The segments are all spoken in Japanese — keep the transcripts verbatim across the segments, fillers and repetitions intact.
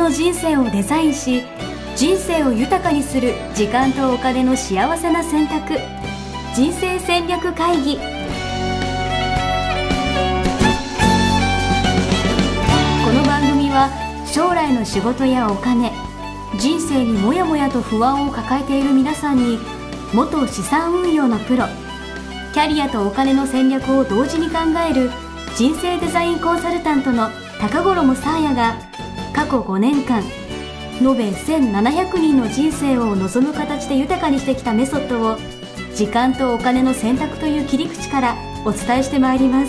の人生をデザインし、人生を豊かにする時間とお金の幸せな選択、人生戦略会議。この番組は将来の仕事やお金、人生にもやもやと不安を抱えている皆さんに、元資産運用のプロ、キャリアとお金の戦略を同時に考える人生デザインコンサルタントの高頃もさあやが、過去ごねんかん延べせんななひゃくにんの人生を望む形で豊かにしてきたメソッドを、時間とお金の選択という切り口からお伝えしてまいります。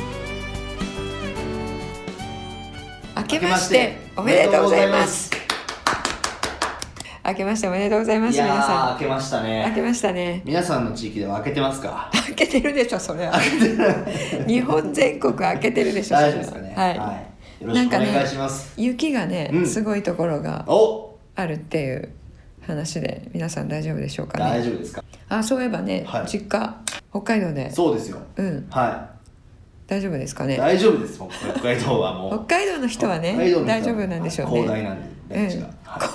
明けましておめでとうございます。明けましておめでとうございます。皆さん明けましたね。 明けましたね。 皆さんの地域では明けてますか？ 明けてるでしょ、それは。日本全国明けてるでしょ。 大丈夫ですかね。 はい、 はい、よろしくお願いします。 ね、雪がね、うん、すごいところがあるっていう話で、皆さん大丈夫でしょうかね。 大丈夫ですか？ あ、そういえばね、はい、実家北海道で。 そうですよ。 うん。 はい。大丈夫ですかね。 大丈夫です。北海道はもう。北海道の人はね、大丈夫なんでしょうね。 広大なんで、大地が。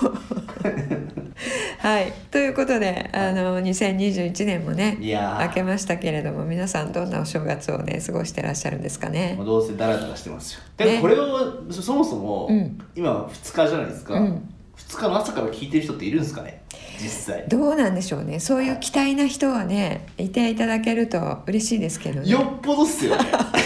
はい、ということで、あのにせんにじゅういちねんもね、明けましたけれども、皆さんどんなお正月をね過ごしてらっしゃるんですかね。 もうどうせダラダラしてますよ。でもこれを、ね、そもそも、うん、今ふつかじゃないですか、うん、ふつかの朝から聞いてる人っているんですかね、実際。 どうなんでしょうね。そういう期待な人はね、いていただけると嬉しいですけどね。 よっぽどっすよね。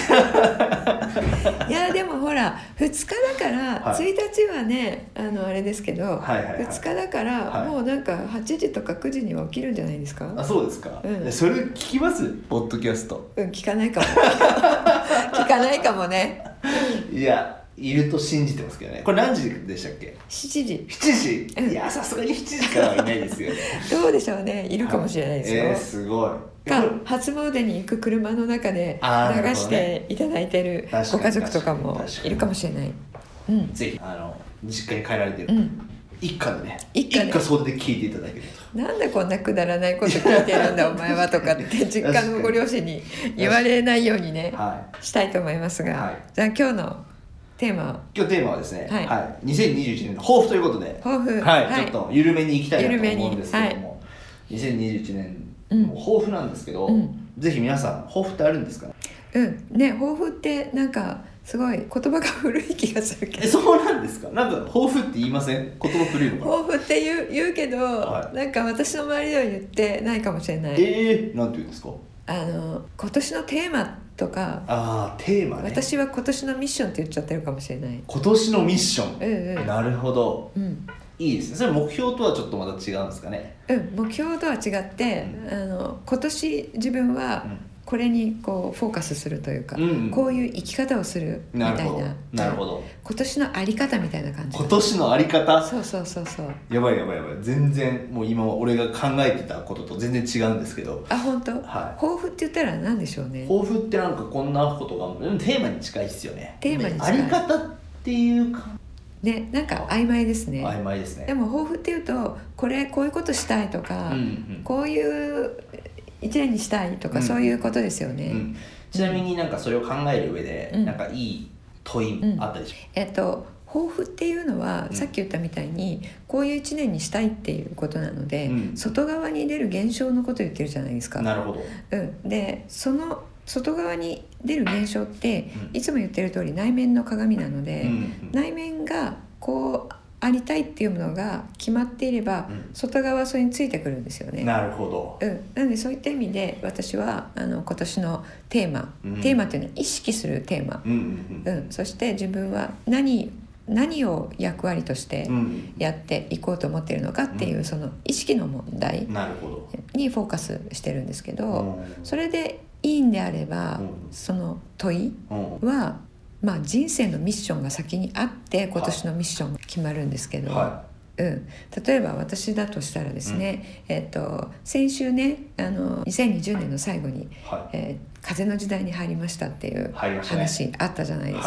いやでもほらふつかだから、はい、ついたちはね、あのあれですけど、はいはいはい、ふつかだから、はい、もうなんかはちじとかくじには起きるんじゃないですか。 あ、そうですか、うん、それ聞きます？ポッドキャスト。 うん、聞かないかも。聞かないかもね。 いや、いると信じてますけどね。これ何時でしたっけ？ しちじ。 しちじ、うん、いやさすがにしちじからはいないですよね。 どうでしょうね、いるかもしれないですよ、 はい、えー、すごい。 か初詣に行く車の中で流していただいてるご家族とかもいるかもしれない、 うん、ぜひあの実家に帰られてる、うん、一家でね、 一家で一家総出で聞いていただけると。 なんでこんなくだらないこと聞いてるんだお前はとかって実家のご両親に言われないようにね、はい、したいと思いますが、はい、じゃあ今日のテーマは今日テーマはですね、はいはい、にせんにじゅういちねんの抱負ということで、 抱負、 はいはい、ちょっと緩めにいきたいなと思うんですけども、はい、にせんにじゅういちねんもう抱負なんですけど、うん、ぜひ皆さん抱負ってあるんですかね。 うんね、抱負ってなんかすごい言葉が古い気がするけど。 え、そうなんですか。なんか抱負って言いません？言葉古いのかな。 抱負って言う、言うけど、はい、なんか私の周りでは言ってないかもしれない。 えー、なんて言うんですか。 あの今年のテーマとか。 あー、テーマね。 私は今年のミッションって言っちゃってるかもしれない。 今年のミッション、 うんうん、 なるほど、 うん、 いいですね。それ目標とはちょっとまた違うんですかね。 うん、目標とは違って、うん、あの今年自分はこれにこうフォーカスするというか、うんうん、こういう生き方をするみたいな、 なるほど、 今年のあり方みたいな感じ。 今年のあり方。 そうそうそうそう。 やばいやばいやばい、全然もう今俺が考えてたことと全然違うんですけど。 あ、本当？ はい。 抱負って言ったら何でしょうね。 抱負ってなんかこんなことがテーマに近いですよね。 テーマに近い。 あり方っていうかね、なんか曖昧ですね。 曖昧ですね。 でも抱負っていうと、これこういうことしたいとか、うんうん、こういう一年にしたいとか、うん、そういうことですよね、うん、 ちなみになんかそれを考える上で、うん、なんかいい問いあったでしょう、 うん、えっと抱負っていうのは、さっき言ったみたいにこういう一年にしたいっていうことなので、うん、外側に出る現象のことを言ってるじゃないですか。 なるほど、 うん、でその外側に出る現象って、うん、いつも言ってる通り内面の鏡なので、うんうん、内面がこうありたいっていうものが決まっていれば、うん、外側はそれについてくるんですよね。 なるほど、 うん、なのでそういった意味で私はあの今年のテーマ、うん、テーマっていうのは意識するテーマ、うんうんうんうん、そして自分は何何を役割としてやっていこうと思っているのかっていう、うん、その意識の問題にフォーカスしてるんですけど、うん、それでいいんであれば、うん、その問いは、うん、まあ、人生のミッションが先にあって今年のミッションが決まるんですけど、はい、うん、例えば私だとしたらですね、うん、えー、と先週ね、あのにせんにじゅうねんの最後に、はい、えー、風の時代に入りましたっていう話あったじゃないですか、はい、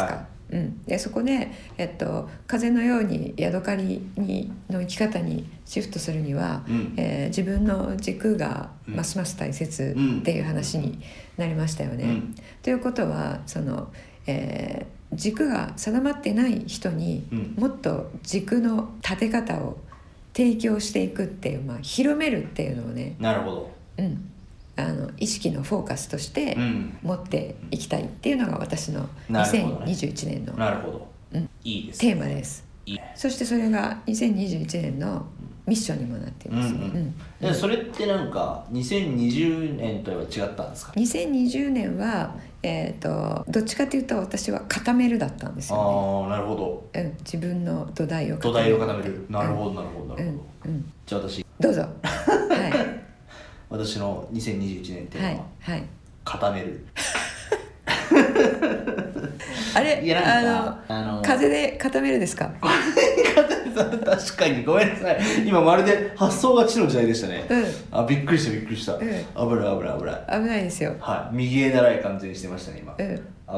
うん、でそこで、えっと、風のようにヤドカリにの生き方にシフトするには、うんえー、自分の軸がますます大切っていう話になりましたよね。うん、ということはその、えー、軸が定まってない人にもっと軸の立て方を提供していくっていう、まあ、広めるっていうのをね、 なるほど、 うんあの意識のフォーカスとして持っていきたいっていうのが私のにせんにじゅういちねんのなるほど、うん、いいですね、テーマです。いいそしてそれがにせんにじゅういちねんのミッションにもなっていますね。うんうんうん、それってなんかにせんにじゅうねんとは違ったんですか？ にせんにじゅうねんは、えー、とどっちかというと私は固めるだったんですよね。ああ、なるほど、 うん、自分の土台を固める。土台を固める。なるほどなるほどなるほど、うんうん、じゃあ私どうぞはい私のにせんにじゅういちねんテーマは、はいはい、固めるあれいやなんかあのあの風で固めるですか？ 確かにごめんなさい、今まるで発想が地の時代でしたね。うん、あびっくりしたびっくりした、うん、危ない危ない危ない危ないですよ。 はい、右へ習い感じにしてましたね今、うん、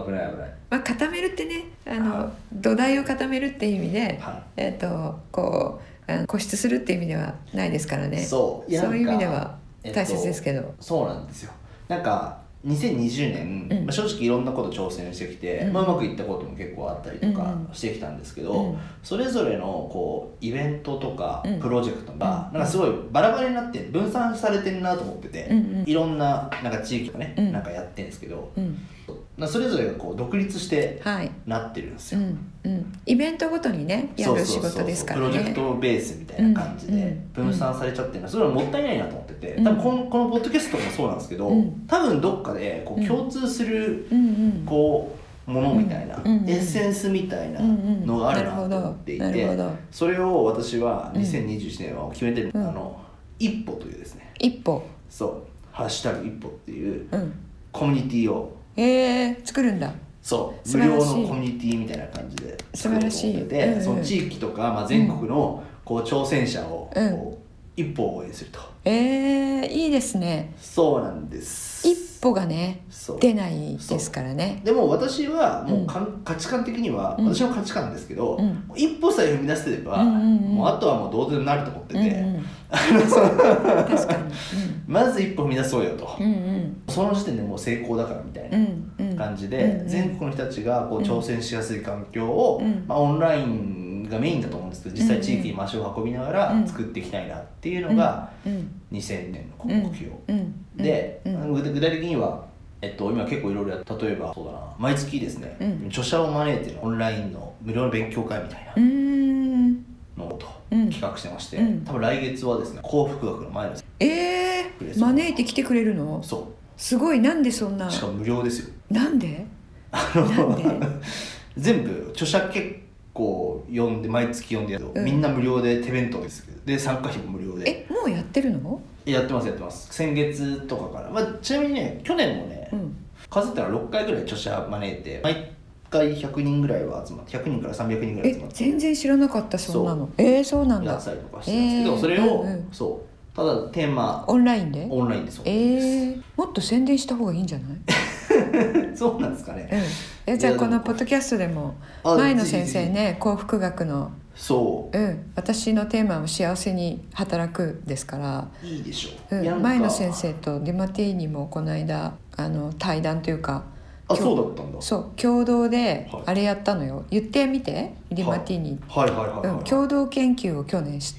危ない危ない。 まあ、固めるってねあの、はい、土台を固めるっていう意味で、はい、えー、とこう固執するっていう意味ではないですからね。そうそういう意味では大切ですけど、えっと、 そうなんですよ。なんかにせんにじゅうねん、うんまあ、正直いろんなこと挑戦してきて、うんまあ、うまくいったことも結構あったりとかしてきたんですけど、うん、それぞれのこうイベントとかプロジェクトがなんかすごいバラバラになって分散されてるなと思ってて、うん、いろんな、なんか地域がね、うん、なんかやってるんですけど、うんそれぞれがこう独立してなってるんですよ、はいうんうん、イベントごとにねやる仕事ですからね。 プロジェクトベースみたいな感じで分散されちゃってるのはそれはもったいないなと思ってて、多分この、このポッドキャストもそうなんですけど、うん、多分どっかでこう共通するこうものみたいな、うんうん、エッセンスみたいなのがあるなと思っていて、それを私はにせんにじゅういちねんは決めてる、うん、あの一歩というですね、 一歩そうハッシュタグ一歩っていうコミュニティをえー、作るんだ。 そう無料のコミュニティみたいな感じで作ろうと思ってて、うんうん、その地域とか、まあ、全国のこう挑戦者をこう、うん、一歩を応援すると。 えー、いいですね。 そうなんです。 一歩がね出ないですからね。 でも私はもうかん、うん、価値観的には、うん、私の価値観ですけど、うん、一歩さえ踏み出せれば、うんうんうん、もうあとはもうどうでもなると思ってて、うんうん、確かに、うん、まず一歩踏み出そうよと、うんうん、その時点でもう成功だからみたいな感じで、うんうん、全国の人たちがこう挑戦しやすい環境を、うんまあ、オンラインがメインだと思うんですけど、実際地域に足を運びながら作っていきたいなっていうのがにせんねんの目標、うんうん、で、うん、具体的には、えっと、今結構いろいろやって例えばそうだな毎月ですね、うん、著者を招いてのオンラインの無料の勉強会みたいなのと企画してまして、うん、多分来月はですね幸福学の前のえー、招いてきてくれるの？ そうすごい。なんでそんなしかも無料ですよ。 なんでなんで全部著者結構読んで毎月読んでやると、うん、みんな無料で手弁当ですけどで参加費も無料で。 えもうやってるの？ やってますやってます。先月とかから、まあ、ちなみにね去年もね、うん、数えたらろっかいぐらい著者招いて毎回ひゃくにんぐらいは集まってひゃくにんからさんびゃくにんぐらい集まって全然知らなかったそんなの。えー、そうなんだ。 やったりとかしてたんですけど、えー、それを、うんうん、そうただテーマオンラインでオンラインでそうです、 えー、もっと宣伝した方がいいんじゃないそうなんですかね、 うん、えじゃあこのポッドキャストでも前の先生ね幸福学のそう、 うん、私のテーマは幸せに働くですからいいでしょう、 うん、前の先生とディマティーニもこの間あの対談というかあそうだったんだ。 そう共同であれやったのよ、はい、言ってみてディマティーニ、 はいはいはいはいはいうん、 共同研究を去年して、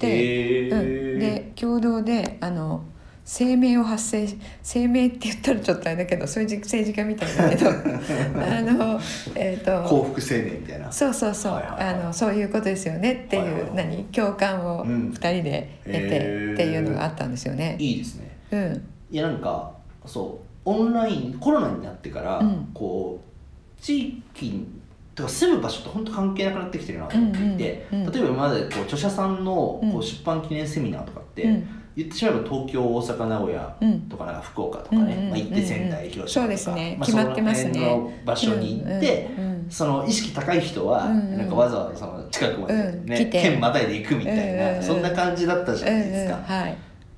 うん、で共同であの声明を発生声明って言ったらちょっとあれだけどそういう政治家みたいだけどあの、えーと、 幸福青年みたいなそうそうそう、はいはいはい、あのそういうことですよねっていう、はいはいはい、何共感をふたりで得て、うん、っていうのがあったんですよね。 いいですね、 うん、 いやなんかそうオンラインコロナになってから、うん、こう地域とか住む場所と本当関係なくなってきてるなと思っていて、うんうんうん、例えば今までこう著者さんのこう出版記念セミナーとかって、うん、言ってしまえば東京大阪名古屋とかなんか福岡とかね、うんうんまあ、行って仙台広島とか、そうですね、まあ、決まってますね、その辺の場所に行って、うんうん、その意識高い人はなんかわざわざその近くまで、ねうん、県またいで行くみたいな、うんうん、そんな感じだったじゃないですか、うんうんはい、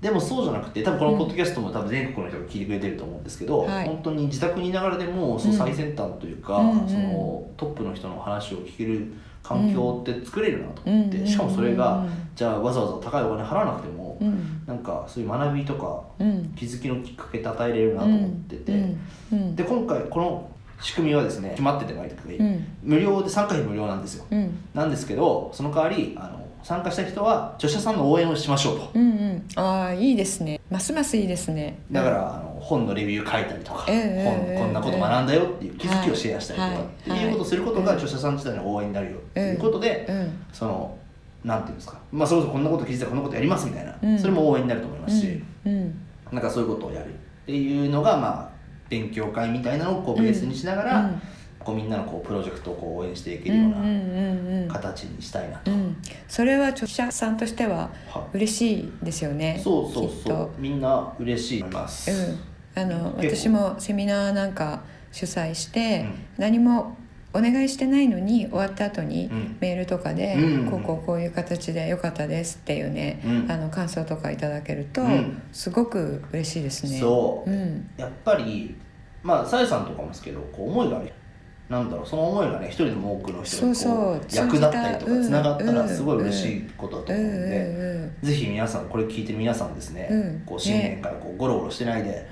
でもそうじゃなくて、多分このポッドキャストも多分全国の人が聞いてくれてると思うんですけど、はい、本当に自宅にいながらでもその最先端というか、うん、そのトップの人の話を聞ける環境って作れるなと思って、うん、しかもそれがじゃあわざわざ高いお金払わなくても、うん、なんかそういう学びとか気づきのきっかけって与えれるなと思ってて、うんうん、で今回この仕組みはですね決まってて毎回、うん、無料で参加費無料なんですよ、うん、なんですけどその代わりあの参加した人は著者さんの応援をしましょうと、 うんうん、ああいいですね、ますますいいですね。 だから、うん、あの本のレビュー書いたりとか、えー、本こんなこと学んだよっていう気づきをシェアしたりとか、はい、っていうことをすることが著者さん自体の応援になるよっていうことで、うん、そのなんていうんですか、まあそれこそこんなこと気づいたらこんなことやりますみたいな、うん、それも応援になると思いますし、うんうん、なんかそういうことをやるっていうのがまあ勉強会みたいなのをこうベースにしながら、うんうんこうみんなのこうプロジェクトをこう応援していけるような形にしたいなと、うんうんうんうん、 それは著者さんとしては嬉しいですよね。 そうそうそうみんな嬉しいと思います、 うん、あの私もセミナーなんか主催して、うん、何もお願いしてないのに終わった後にメールとかで、うん、こうこうこういう形で良かったですっていうね、うん、あの感想とかいただけると、うん、すごく嬉しいですね。 そう、うん、やっぱりまあさやさんとかもですけどこう思いがある、なんだろうその思いがね一人でも多くの人にこう役立ったりとかつながったらすごい嬉しいことだと思うので、ぜひ皆さんこれ聞いてる皆さんですね、うん、こう新年からこうゴロゴロしてないで、ね、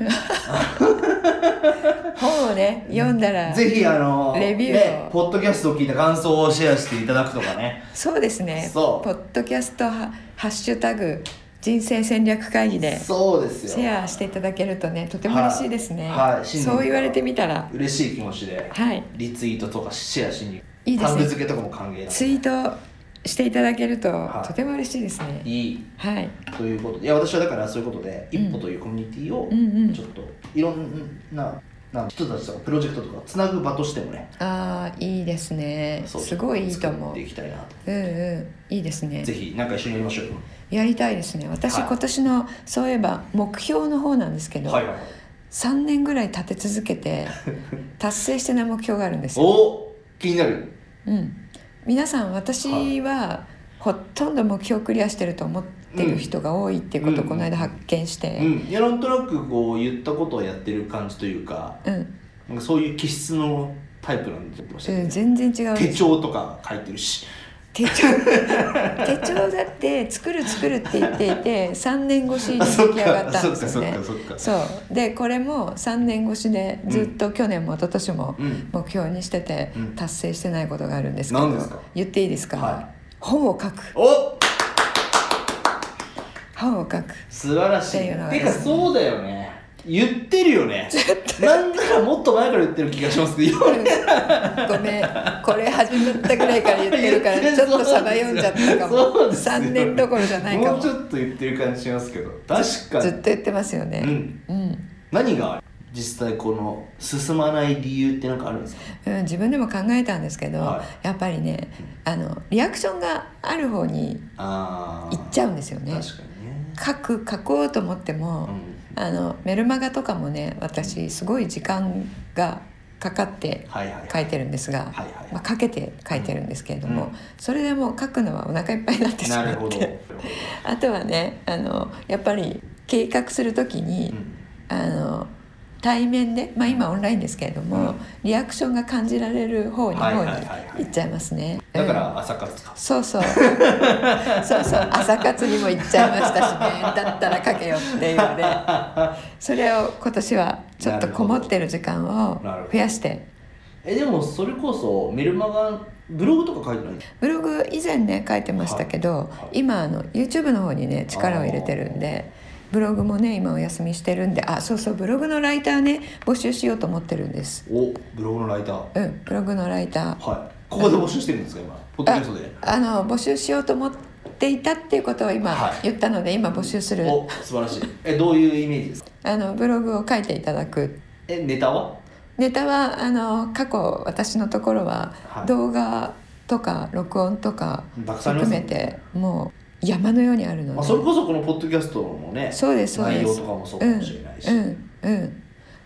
本をね読んだらぜひあのレビューを、ね、 ポッドキャストを聞いた感想をシェアしていただくとかね。 そうですね、ポッドキャストハッシュタグ人生戦略会議でシェアしていただけるとねとても嬉しいですね、はいはい、そう言われてみたら嬉しい気持ちで、はい、リツイートとかシェアしにいいですね、 タグ付けとかも歓迎だ、 ツイートしていただけると、はい、とても嬉しいですね。 いい、 はい、 ということでいや私はだからそういうことで、うん、一歩というコミュニティをちょっといろんななん人たちとかプロジェクトとかつなぐ場としてもね、 ああいいですね、すごいいいと思う。 作っていきたいなと、 うんうんいいですね。 ぜひなんか一緒にやりましょうよ。 やりたいですね。私、はい、今年のそういえば目標の方なんですけど、はいはいはい、さんねんぐらい立て続けて達成してない目標があるんですよ。 お気になる。 うん、皆さん私はほとんど目標クリアしてると思ってる人が多いっていうことをこの間発見して、 うんうん、いやなんとなくこう言ったことをやってる感じというか、うん、なんかそういう気質のタイプなんて言ってましたね、 うん、全然違う。 手帳とか書いてるし手帳手帳だって作る作るって言っていてさんねん越しに出来上がったんですよね。そうでこれもさんねん越しでずっと去年も一昨年も目標にしてて達成してないことがあるんですけど、うん、言っていいですか、はい、本を書く。 お本を書く素晴らしい。てかそうだよね、言ってるよね。なんならもっと前から言ってる気がしますけどごめんこれ始まったぐらいから言ってるからちょっとサバ読んじゃったかも。さんねんどころじゃないかも。 もうちょっと言ってる感じしますけど確かにずっと言ってますよね、うんうん、何が実際この進まない理由って何かあるんですか？ うん、自分でも考えたんですけど、はい、やっぱりねあのリアクションがある方に行っちゃうんですよね。 確かにね。 書く書こうと思っても、うん、あのメルマガとかもね私すごい時間がかかって書いてるんですが、まあ、かけて書いてるんですけれども、うん、それでもう書くのはお腹いっぱいになってしまってあとはねあのやっぱり計画するときに、うん、あの対面で、まあ、今オンラインですけれども、うん、リアクションが感じられる方に方に行っちゃいますね。 だから朝活か、 うん、そうそうそうそう朝活にも行っちゃいましたしねだったら書けよっていうのでそれを今年はちょっとこもってる時間を増やして。 えでもそれこそメルマガブログとか書いてない？ ブログ以前ね書いてましたけど、はいはい、今あの YouTube の方にね力を入れてるんでブログもね今お休みしてるんで、あそうそうブログのライターね募集しようと思ってるんです。 おブログのライター。 うんブログのライター。 はい。ここで募集してるんですか今？ポッドキャストで。 あの募集しようと思っていたっていうことを今言ったので、はい、今募集する。 お素晴らしい。えどういうイメージですか？ あのブログを書いていただく。 えネタは？ ネタはあの過去私のところは動画とか録音とか含めてもう山のようにあるので、 まあ、それこそこのポッドキャストのねそうですそうです内容とかもそうかもしれないし、 うんうんうん、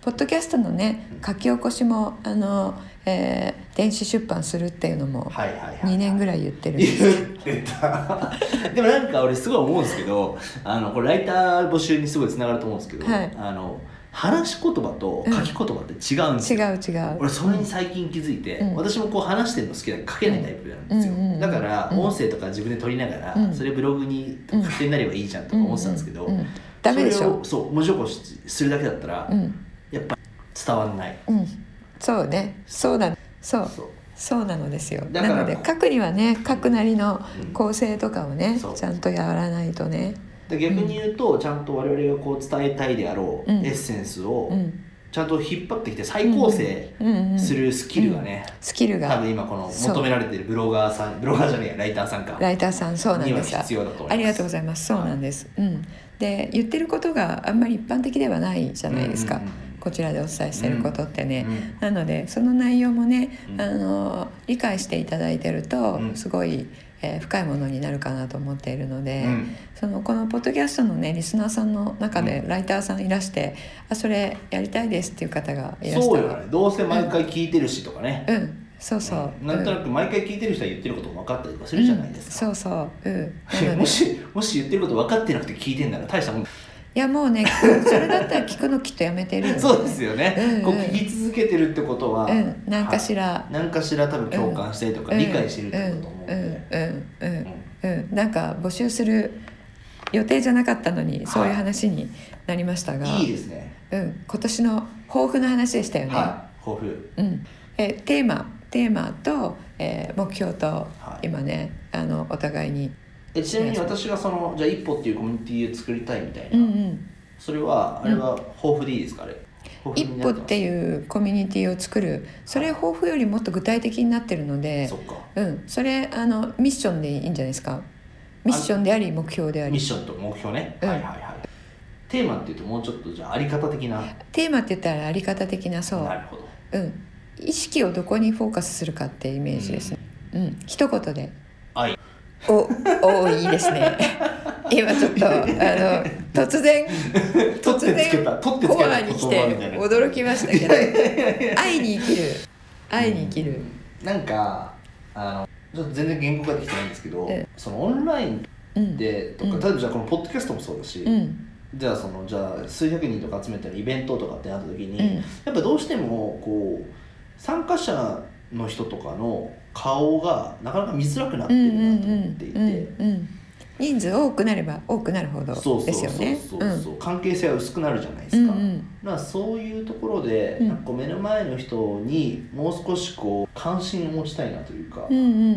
ポッドキャストのね書き起こしもあの、えー、電子出版するっていうのもにねんぐらい言ってるんです、 はいはいはい、言ってたでもなんか俺すごい思うんですけど、あのこれライター募集にすごいつながると思うんですけど、はい、あの話し言葉と書き言葉って違うんですよ、 うん、違う違う。 俺それに最近気づいて、うん、私もこう話してるの好きだけど書けないタイプなんですよ、うんうん、だから音声とか自分で撮りながら、うん、それブログに勝手になればいいじゃんとか思ってたんですけど、うんうんうん、 ダメでしょ。 それをそう文字起こしするだけだったら、うん、やっぱ伝わんない、 うん、そうね、そうだ、そうそうそうなのですよ。なので書くにはね書くなりの構成とかをね、うん、ちゃんとやらないとね。 で逆に言うと、うん、ちゃんと我々がこう伝えたいであろう、うん、エッセンスをちゃんと引っ張ってきて再構成するスキルがね、 うんうん、スキルが多分今この求められているブロガーさん、ブロガーじゃねえやライターさんかライターさんそうなんです。 には必要だと思います。 ありがとうございます。そうなんです、はい、うん、で言ってることがあんまり一般的ではないじゃないですか、うんうんうん、こちらでお伝えしていることってね、うんうん、なのでその内容もね、うん、あの理解していただいてるとすごい、えー、深いものになるかなと思っているので、うん、そのこのポッドキャストのねリスナーさんの中でライターさんいらして、うん、あそれやりたいですっていう方がいらしたら、 そうよね、どうせ毎回聞いてるしとかね、 うん、うんそうそう、 うん、なんとなく毎回聞いてる人は言ってることも分かったりとかするじゃないですか、 うん、そうそう、うん、 もしもし言ってること分かってなくて聞いてんなら大したもん。いやもうねそれだったら聞くのきっとやめてるよ、ね、 そうですよね、うんうん、こう聞き続けてるってことは、 うん、何かしら、はい、 何かしら多分共感してとか、うん、理解してるってこと思うんで、 うんうんうんうんうん、なんか募集する予定じゃなかったのにそういう話になりましたが、 はい、いいですね、 うん、今年の抱負の話でしたよね、 はい、抱負、 うんえテーマテーマと、えー、目標と、はい、今ねあのお互いにえちなみに私がそのじゃあ一歩っていうコミュニティを作りたいみたいな、うんうん、それはあれは抱負でいいですか、あれ一歩っていうコミュニティを作る、それ抱負よりもっと具体的になってるので、 そっか、 うん、それあのミッションでいいんじゃないですか。ミッションであり目標であり、 ミッションと目標ね、うん、はいはいはい。テーマっていうともうちょっとじゃああり方的な、 テーマって言ったらあり方的な、そう、 なるほど、 うん、意識をどこにフォーカスするかっていうイメージですね、うん、うん、一言で愛おおいいですね今ちょっとあの突然突然コアに来て驚きましたけど愛に生きる愛に生きる、 うん、なんかあのちょっと全然言語化できてないんですけど、うん、そのオンラインでとか、うん、例えばじゃあこのポッドキャストもそうだし、うん、じゃあそのじゃあ数百人とか集めたらイベントとかってなった時に、うん、やっぱどうしてもこう参加者の人とかの顔がなかなか見づらくなってるなと思っていて、うんうんうんうん、 人数多くなれば多くなるほどですよね。 そうそうそうそう、うん、関係性は薄くなるじゃないですか、うんうん、だからそういうところで、うん、なんかこう目の前の人にもう少しこう関心を持ちたいなというか、 うんうんうん、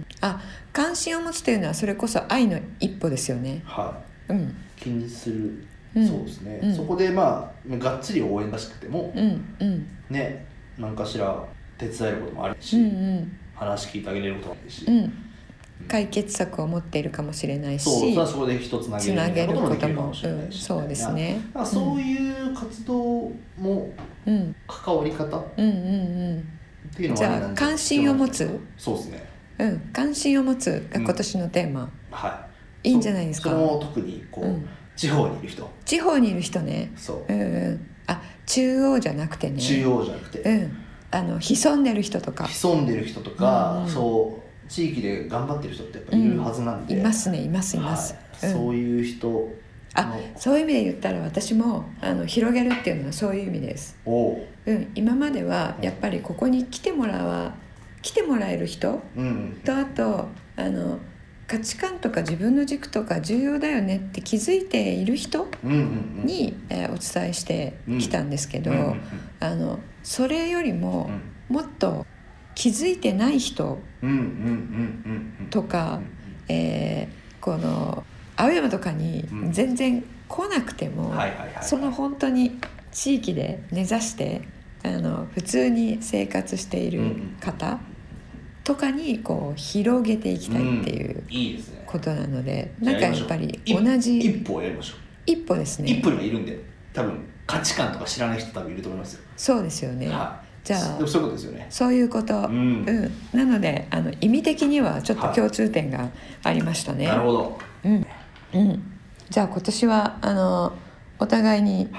あ関心を持つというのはそれこそ愛の一歩ですよね。 はい、 うん、 気にする、うん、そうですね、うん、そこでまあがっつり応援らしくても、うんうん、ね、何かしら手伝えることもあるし、うんうん、話聞いてあげれることもあるし、うん、 解決策を持っているかもしれないし、 そう、そこで一つつなげることもできるかもしれないし、 うん、そうですね、 そういう活動も関わり方、うんうんうん、っていうのは、ね、 じゃあ関心を持つ、 そうですね、 うん、関心を持つが今年のテーマ、うん、 はい、 いいんじゃないですか。 それも特にこう、うん、地方にいる人地方にいる人ね、 そう、 うんうん、あ中央じゃなくてね、 中央じゃなくて、 うん、あの潜んでる人とか潜んでる人とか、うんうん、そう地域で頑張ってる人ってやっぱいるはずなんで、 うん、いますねいますいます、 はい、うん、そういう人あそういう意味で言ったら私もあの広げるっていうのはそういう意味です。お、うん、今まではやっぱりここに来てもらわ来てもらえる人、うん、とあとあの価値観とか自分の軸とか重要だよねって気づいている人に、うんうんうん、えー、お伝えしてきたんですけど、うんうんうん、あのそれよりももっと気づいてない人とか、えー、この青山とかに全然来なくても、その本当に地域で根ざしてあの普通に生活している方とかにこう広げていきたいっていうことなので、なんかやっぱり同じ一歩をやりましょう。 一歩ですね。 一歩がいるんで多分価値観とか知らない人多分いると思いますよ。 そうですよね、 はい、 じゃあでもそういうことですよね。 そういうこと、うんうん、なのであの意味的にはちょっと共通点がありましたね、 はい、なるほど、 うんうん、じゃあ今年はあのお互いに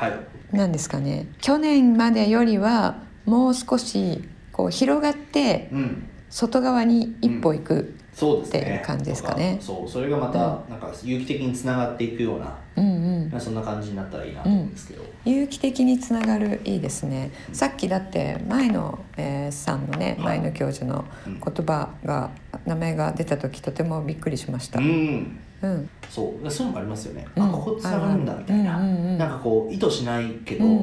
何ですかね、去年までよりはもう少しこう広がって外側に一歩行く、うんそうですね、 っていう感じですかね。 そう、それがまたなんか有機的につながっていくような、うんうん、そんな感じになったらいいなと思うんですけど、 うん、有機的につながる、いいですね、うん、さっきだって前の、えー、さんのね、前の教授の言葉が、うん、名前が出た時とてもびっくりしました、うんうん、そうそういうのもありますよね、うん、あここつながるんだみたいな、うんうんうん、なんかこう意図しないけど、うんうん、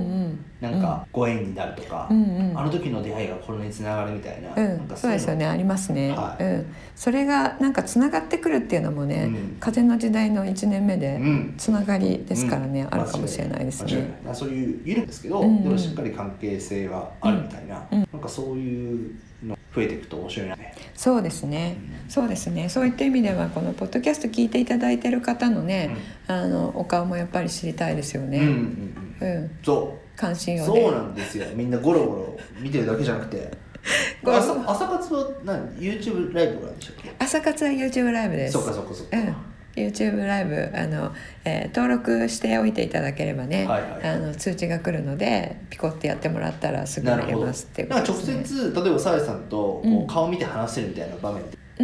なんかご縁になるとか、うんうん、あの時の出会いがこれにつながるみたいな、 うん、 なんかそうですよね、ありますね、 はいうん、それがなんかつながってくるっていうのもね、うん、風の時代のいちねんめでつながりですからね、うん、あるかもしれないですね、 まあ、そういう緩いんですけど、うんうん、でもしっかり関係性はあるみたいな、うんうん、なんかそういうの増えていくと面白いなね。 そうですね、うん、そうですね、そういった意味ではこのポッドキャスト聞いていただいている方のね、うん、あのお顔もやっぱり知りたいですよね、うんうんうんうん、 そう関心をね、そうなんですよ、みんなゴロゴロ見てるだけじゃなくて朝, 朝活は何 YouTube ライブなんでしたっけ？ 朝活は YouTube ライブです。 そうかそうかそうか、うん、 YouTube ライブあの、えー、登録しておいていただければね、はいはいはい、あの通知が来るのでピコってやってもらったらすぐ見れますっていうことですね。 直接例えばさやさんとこう顔見て話せるみたいな場面って、 うん、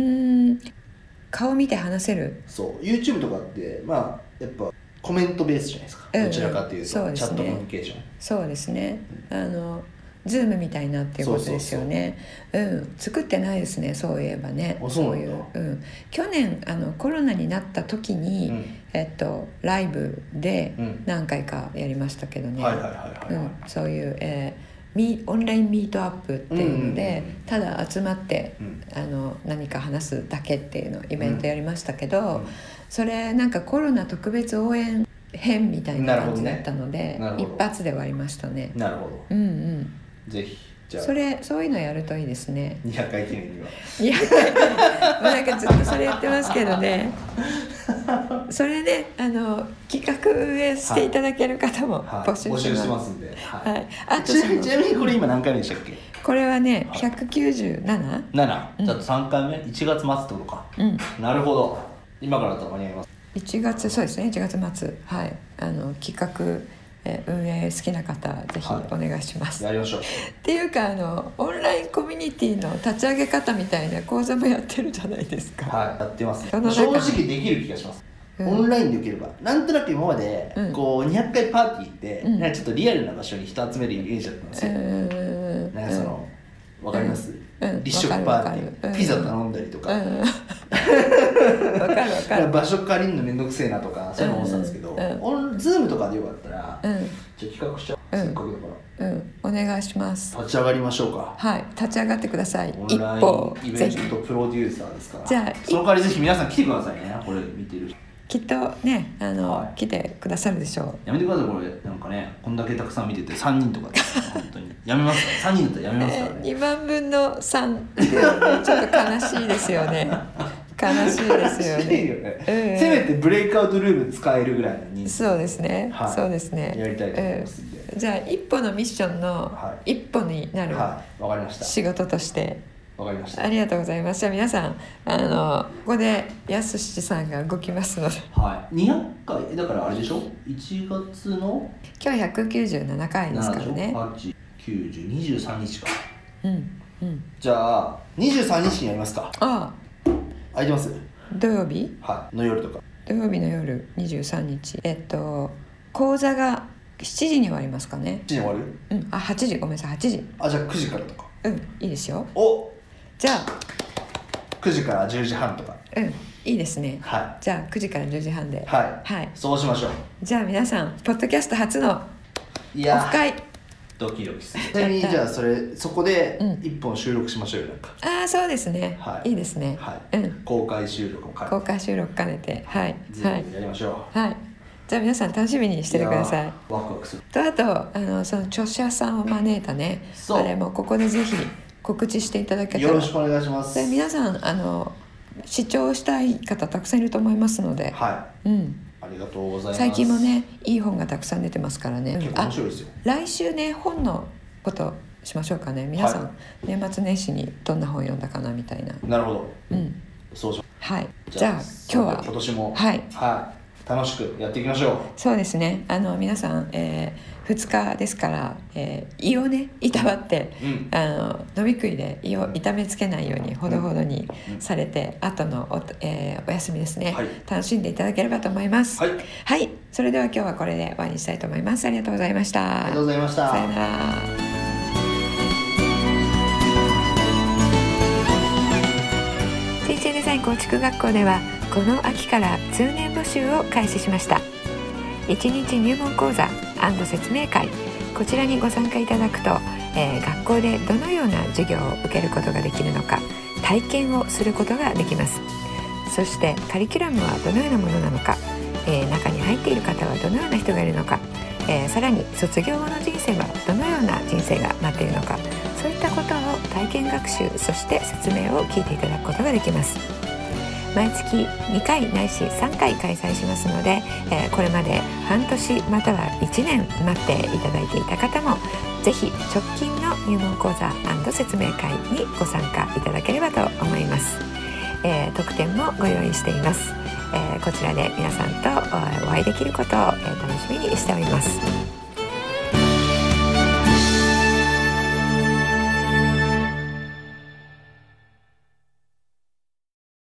うん顔見て話せる、 そう YouTube とかってまあやっぱコメントベースじゃないですか、うん、どちらかというと、 うん、 チャットコミュニケーション、 そうですね、あのズームみたいなっていうことですよね。そうそうそう、うん、作ってないですね、そういえばね。 そうそういう、うん、去年あのコロナになった時に、うん、えっとライブで何回かやりましたけどね。そういう、えー、ミオンラインミートアップっていうので、うんうんうん、ただ集まって、うん、あの何か話すだけっていうのイベントやりましたけど、うんうん、それなんかコロナ特別応援編みたいな感じだったので、ね、一発で終わりましたね。 なるほど、 うんうん、 ぜひじゃあそれそういうのやるといいですね。 にひゃっかい記念にはにひゃっかいなんかずっとそれ言ってますけどねそれねあの企画していただける方も募集します、はいはい、募集してますんで、はいはい、あとちなみにちなみにこれ今何回目でしたっけ？ これはねひゃくきゅうじゅうなな、 なな、うん、じゃあさんかいめいちがつ末ってことか、うん、なるほど、今からだと間に合います。 いちがつそうですねいちがつ末、はい、あの企画運営好きな方ぜひお願いします、 はい、やりましょう。 っていうかあのオンラインコミュニティの立ち上げ方みたいな講座もやってるじゃないですか。 はい、やってますね。正直できる気がします、うん、オンラインで受ければなんとなく今まで、うん、こうにひゃっかいパーティー行って、うん、なんかちょっとリアルな場所に人集めるイメージだったんですよ、うん、なんかその、うん、わかります、うん、立食パーティー、うん、ピザ頼んだりとか、うん、わかるわかる場所借りるのめんどくせえなとかそういうの思ってたんですけど、うんうん、オンズームとかでよかったら、うん、じゃあ企画しちゃう、うん、せっかくだから、 うん、お願いします。 立ち上がりましょうか。 はい、立ち上がってください。 オンラインイベントプロデューサーですから。 じゃあその代わりぜひ皆さん来てくださいね。これ見てるきっとねあの、はい、来てくださるでしょう。 やめてくださいこれなんかねこんだけたくさん見ててさんにんとか本当にやめますからさんにんだったらやめますからね、 えー、にまんぶんのさんっていうのでちょっと悲しいですよね悲しいですよね。 よね、うん、せめてブレイクアウトルーム使えるぐらいの人数。 そうですね、はい、そうですねやりたいと思いますんで、 うん、じゃあ一歩のミッションの一歩になる、 はい、わかりました。 仕事としてわかりました。 ありがとうございます。じゃあ皆さんあのここでやすしさんが動きますので、 はい、にひゃっかいだからあれでしょいちがつの今日ひゃくきゅうじゅうななかいですからね。 はち、きゅうじゅう、にじゅうさんにちか。 うんうん。 じゃあにじゅうさんにちにやりますか。 ああ空いてます？ 土曜日？ はいの夜とか。 土曜日の夜にじゅうさんにちえっと講座がしちじに終わりますかね。 しちじに終わる？ うん、あはちじごめんなさいはちじ。 あじゃあくじからとか。 うんいいですよ。 おじゃあくじからじゅうじはんとか。 うんいいですね。 はい。 じゃあくじからじゅうじはんで。 はい。 はい。 そうしましょう。 じゃあ皆さんポッドキャスト初のオフ会。 ドキドキする。ちなみにじゃあそれそこで一本収録しましょうよなんか。 ああそうですね。はい。いいですね。 はい。うん。公開収録も兼ねて。 公開収録兼ねてはい。 はい。やりましょう。はい。じゃあ皆さん楽しみにしててください。 ワクワクする。 とあとあのその著者さんを招いたね。あれもここでぜひ告知していただけたら。 よろしくお願いします。 で皆さんあの視聴したい方たくさんいると思いますので。 はい。 うん。 ありがとうございます。 最近もねいい本がたくさん出てますからね。 結構面白いですよ。 来週ね本のことしましょうかね。皆さん、はい、年末年始にどんな本読んだかなみたいな。 なるほど。 うん。 そうしまはい。じゃあ今日は今年もはい。 は楽しくやっていきましょう。 そうですね。あの皆さん、えーふつかですから、えー、胃をねいたわって、うん、あの飲み食いで胃を痛めつけないようにほどほどにされて、うん、後の お,、えー、お休みですね、はい、楽しんでいただければと思います。はい、はい、それでは今日はこれで終わりにしたいと思います。ありがとうございました。 ありがとうございました。 さよなら。人生デザイン構築学校ではこの秋から通年募集を開始しました。いちにち入門講座&説明会、こちらにご参加いただくと、えー、学校でどのような授業を受けることができるのか体験をすることができます。そしてカリキュラムはどのようなものなのか、えー、中に入っている方はどのような人がいるのか、えー、さらに卒業後の人生はどのような人生が待っているのか、そういったことを体験学習、そして説明を聞いていただくことができます。毎月にかいないしさんかい開催しますので、えー、これまで半年またはいちねん待っていただいていた方もぜひ直近の入門講座&説明会にご参加いただければと思います。えー、特典もご用意しています。えー、こちらで皆さんとお会いできることを、えー、楽しみにしております。